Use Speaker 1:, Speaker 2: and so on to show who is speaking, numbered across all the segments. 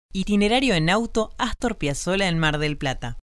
Speaker 1: Itinerario en auto Astor Piazzolla en Mar del Plata.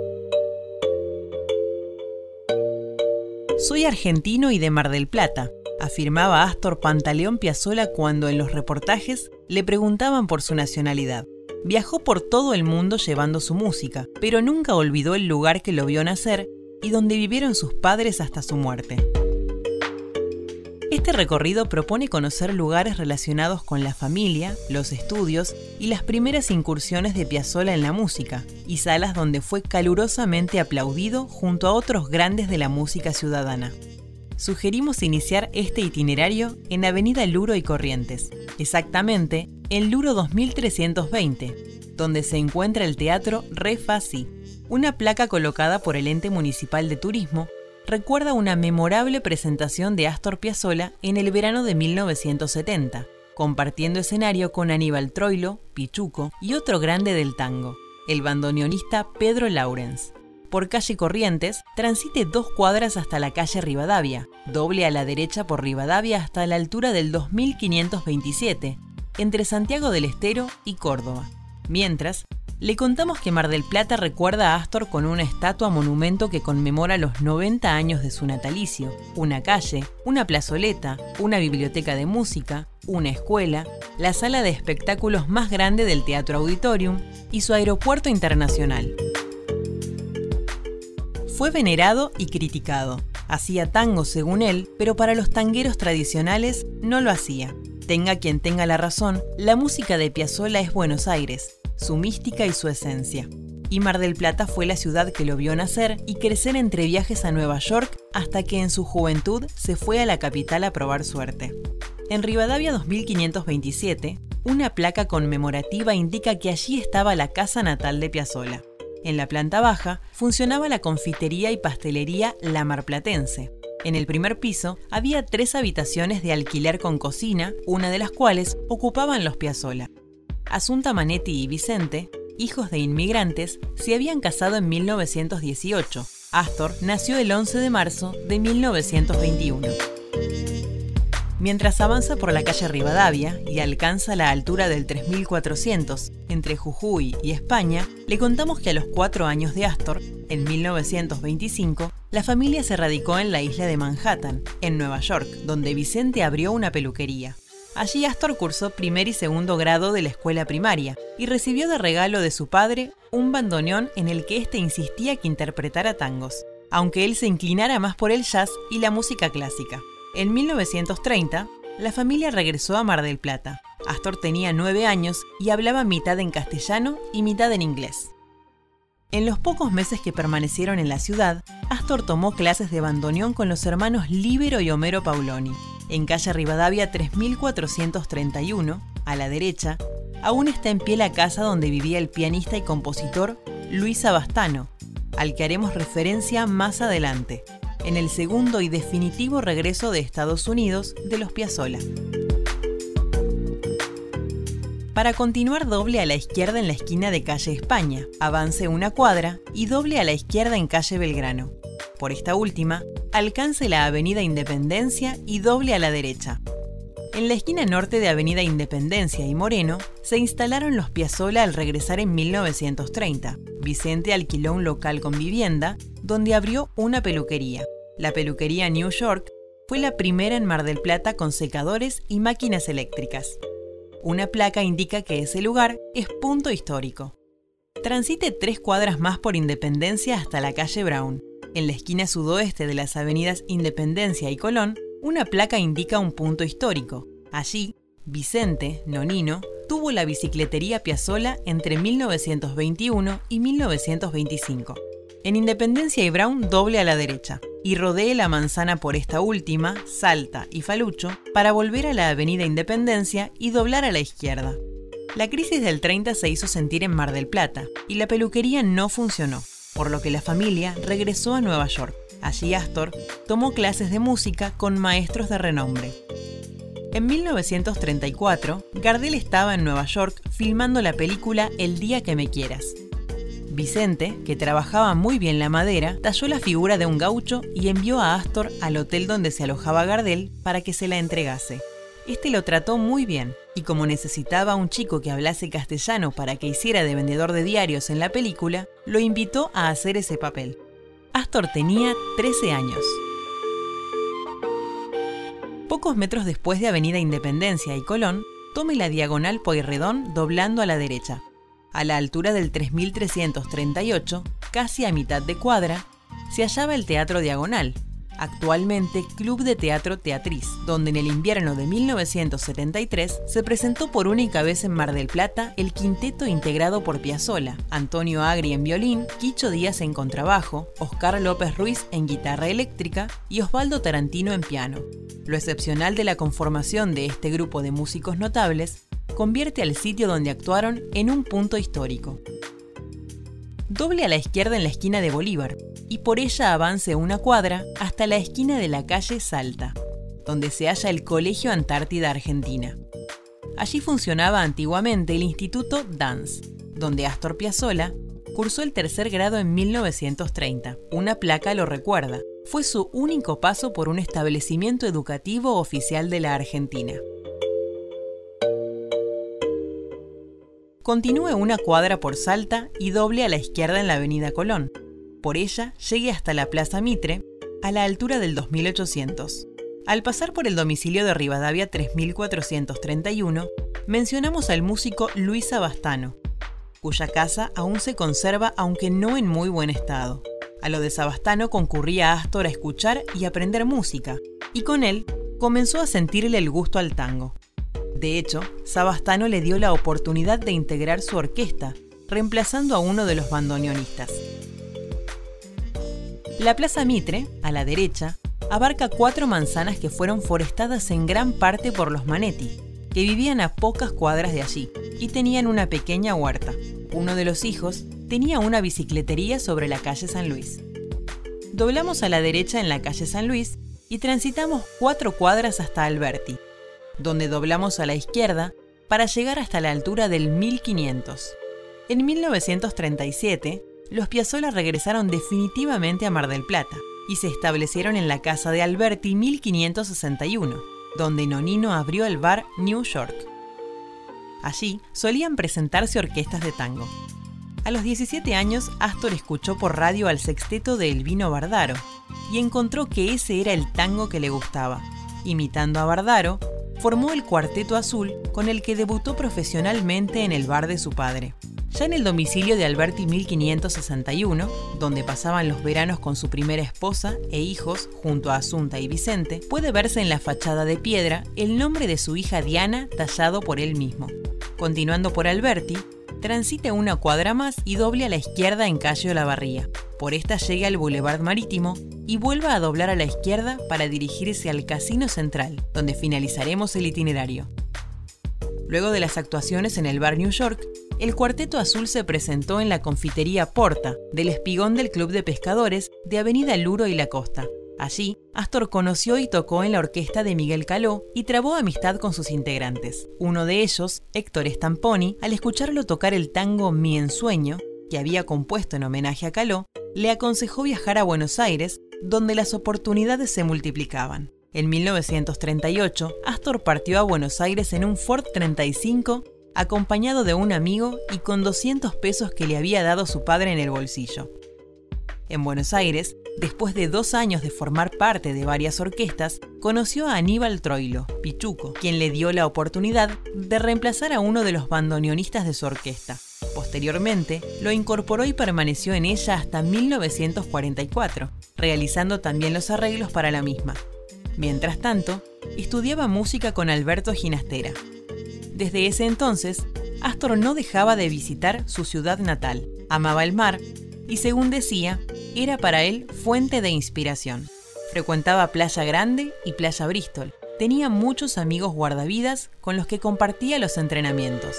Speaker 1: Soy argentino y de Mar del Plata, afirmaba Astor Pantaleón Piazzolla cuando en los reportajes le preguntaban por su nacionalidad. Viajó por todo el mundo llevando su música, pero nunca olvidó el lugar que lo vio nacer y donde vivieron sus padres hasta su muerte. Este recorrido propone conocer lugares relacionados con la familia, los estudios y las primeras incursiones de Piazzolla en la música, y salas donde fue calurosamente aplaudido junto a otros grandes de la música ciudadana. Sugerimos iniciar este itinerario en Avenida Luro y Corrientes, exactamente en Luro 2320, donde se encuentra el Teatro Re Fa Si. Una placa colocada por el Ente Municipal de Turismo recuerda una memorable presentación de Astor Piazzolla en el verano de 1970, compartiendo escenario con Aníbal Troilo, Pichuco y otro grande del tango, el bandoneonista Pedro Lawrence. Por calle Corrientes, transite 2 cuadras hasta la calle Rivadavia, doble a la derecha por Rivadavia hasta la altura del 2527, entre Santiago del Estero y Córdoba. Mientras, le contamos que Mar del Plata recuerda a Astor con una estatua monumento que conmemora los 90 años de su natalicio, una calle, una plazoleta, una biblioteca de música, una escuela, la sala de espectáculos más grande del Teatro Auditorium y su aeropuerto internacional. Fue venerado y criticado. Hacía tango según él, pero para los tangueros tradicionales no lo hacía. Tenga quien tenga la razón, la música de Piazzolla es Buenos Aires, su mística y su esencia. Y Mar del Plata fue la ciudad que lo vio nacer y crecer entre viajes a Nueva York hasta que en su juventud se fue a la capital a probar suerte. En Rivadavia 2527, una placa conmemorativa indica que allí estaba la casa natal de Piazzolla. En la planta baja funcionaba la confitería y pastelería La Marplatense. En el primer piso había 3 habitaciones de alquiler con cocina, una de las cuales ocupaban los Piazzolla. Asunta Manetti y Vicente, hijos de inmigrantes, se habían casado en 1918. Astor nació el 11 de marzo de 1921. Mientras avanza por la calle Rivadavia y alcanza la altura del 3400, entre Jujuy y España, le contamos que a los 4 años de Astor, en 1925, la familia se radicó en la isla de Manhattan, en Nueva York, donde Vicente abrió una peluquería. Allí Astor cursó primer y segundo grado de la escuela primaria y recibió de regalo de su padre un bandoneón en el que éste insistía que interpretara tangos, aunque él se inclinara más por el jazz y la música clásica. En 1930, la familia regresó a Mar del Plata. Astor tenía 9 años y hablaba mitad en castellano y mitad en inglés. En los pocos meses que permanecieron en la ciudad, Astor tomó clases de bandoneón con los hermanos Líbero y Homero Pauloni. En calle Rivadavia 3431, a la derecha, aún está en pie la casa donde vivía el pianista y compositor Luis Abastano, al que haremos referencia más adelante, en el segundo y definitivo regreso de Estados Unidos de los Piazzolla. Para continuar, doble a la izquierda en la esquina de calle España, avance 1 cuadra y doble a la izquierda en calle Belgrano. Por esta última, alcance la Avenida Independencia y doble a la derecha. En la esquina norte de Avenida Independencia y Moreno, se instalaron los Piazzolla al regresar en 1930. Vicente alquiló un local con vivienda, donde abrió una peluquería. La peluquería New York fue la primera en Mar del Plata con secadores y máquinas eléctricas. Una placa indica que ese lugar es punto histórico. Transite 3 cuadras más por Independencia hasta la calle Brown. En la esquina sudoeste de las avenidas Independencia y Colón, una placa indica un punto histórico. Allí, Vicente, nonino, tuvo la bicicletería Piazzolla entre 1921 y 1925. En Independencia y Brown, doble a la derecha, y rodee la manzana por esta última, Salta y Falucho, para volver a la avenida Independencia y doblar a la izquierda. La crisis del 30 se hizo sentir en Mar del Plata, y la peluquería no funcionó, por lo que la familia regresó a Nueva York. Allí Astor tomó clases de música con maestros de renombre. En 1934, Gardel estaba en Nueva York filmando la película El día que me quieras. Vicente, que trabajaba muy bien la madera, talló la figura de un gaucho y envió a Astor al hotel donde se alojaba Gardel para que se la entregase. Este lo trató muy bien. y como necesitaba un chico que hablase castellano para que hiciera de vendedor de diarios en la película, lo invitó a hacer ese papel. Astor tenía 13 años. Pocos metros después de Avenida Independencia y Colón, tome la diagonal Pueyrredón doblando a la derecha. A la altura del 3338, casi a mitad de cuadra, se hallaba el Teatro Diagonal, actualmente Club de Teatro Teatriz, donde en el invierno de 1973 se presentó por única vez en Mar del Plata el quinteto integrado por Piazzolla, Antonio Agri en violín, Quicho Díaz en contrabajo, Oscar López Ruiz en guitarra eléctrica y Osvaldo Tarantino en piano. Lo excepcional de la conformación de este grupo de músicos notables convierte al sitio donde actuaron en un punto histórico. Doble a la izquierda en la esquina de Bolívar y por ella avance una cuadra hasta la esquina de la calle Salta, donde se halla el Colegio Antártida Argentina. Allí funcionaba antiguamente el Instituto Dance, donde Astor Piazzolla cursó el tercer grado en 1930. Una placa lo recuerda. Fue su único paso por un establecimiento educativo oficial de la Argentina. Continúe una cuadra por Salta y doble a la izquierda en la avenida Colón. Por ella llegue hasta la Plaza Mitre, a la altura del 2800. Al pasar por el domicilio de Rivadavia 3431, mencionamos al músico Luis Sabastano, cuya casa aún se conserva aunque no en muy buen estado. A lo de Sabastano concurría Astor a escuchar y aprender música, y con él comenzó a sentirle el gusto al tango. De hecho, Sabastano le dio la oportunidad de integrar su orquesta, reemplazando a uno de los bandoneonistas. La Plaza Mitre, a la derecha, abarca 4 manzanas que fueron forestadas en gran parte por los Manetti, que vivían a pocas cuadras de allí y tenían una pequeña huerta. Uno de los hijos tenía una bicicletería sobre la calle San Luis. Doblamos a la derecha en la calle San Luis y transitamos 4 cuadras hasta Alberti, donde doblamos a la izquierda para llegar hasta la altura del 1500. En 1937, los Piazzolla regresaron definitivamente a Mar del Plata y se establecieron en la casa de Alberti 1561, donde Nonino abrió el bar New York. Allí solían presentarse orquestas de tango. A los 17 años, Astor escuchó por radio al sexteto de Elvino Bardaro y encontró que ese era el tango que le gustaba. Imitando a Bardaro, formó el Cuarteto Azul, con el que debutó profesionalmente en el bar de su padre. Ya en el domicilio de Alberti 1561, donde pasaban los veranos con su primera esposa e hijos junto a Asunta y Vicente, puede verse en la fachada de piedra el nombre de su hija Diana tallado por él mismo. Continuando por Alberti, transite una cuadra más y doble a la izquierda en calle Olavarría. Por esta llega al Boulevard Marítimo y vuelva a doblar a la izquierda para dirigirse al Casino Central, donde finalizaremos el itinerario. Luego de las actuaciones en el bar New York, el Cuarteto Azul se presentó en la confitería Porta, del espigón del Club de Pescadores de Avenida Luro y La Costa. Allí, Astor conoció y tocó en la orquesta de Miguel Caló y trabó amistad con sus integrantes. Uno de ellos, Héctor Stamponi, al escucharlo tocar el tango Mi Ensueño, que había compuesto en homenaje a Caló, le aconsejó viajar a Buenos Aires, donde las oportunidades se multiplicaban. En 1938, Astor partió a Buenos Aires en un Ford 35, acompañado de un amigo y con 200 pesos que le había dado su padre en el bolsillo. En Buenos Aires, después de 2 años de formar parte de varias orquestas, conoció a Aníbal Troilo, Pichuco, quien le dio la oportunidad de reemplazar a uno de los bandoneonistas de su orquesta. Posteriormente, lo incorporó y permaneció en ella hasta 1944, realizando también los arreglos para la misma. Mientras tanto, estudiaba música con Alberto Ginastera. Desde ese entonces, Astor no dejaba de visitar su ciudad natal, amaba el mar y, según decía, era para él fuente de inspiración. Frecuentaba Playa Grande y Playa Bristol. Tenía muchos amigos guardavidas con los que compartía los entrenamientos.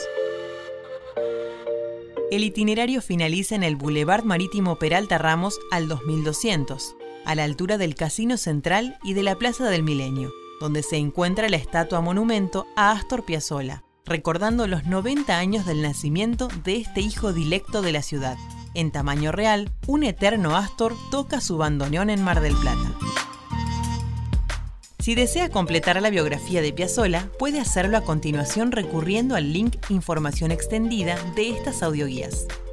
Speaker 1: El itinerario finaliza en el Boulevard Marítimo Peralta Ramos al 2200, a la altura del Casino Central y de la Plaza del Milenio, donde se encuentra la estatua monumento a Astor Piazzolla, recordando los 90 años del nacimiento de este hijo dilecto de la ciudad. En tamaño real, un eterno Astor toca su bandoneón en Mar del Plata. Si desea completar la biografía de Piazzolla, puede hacerlo a continuación recurriendo al link Información extendida de estas audioguías.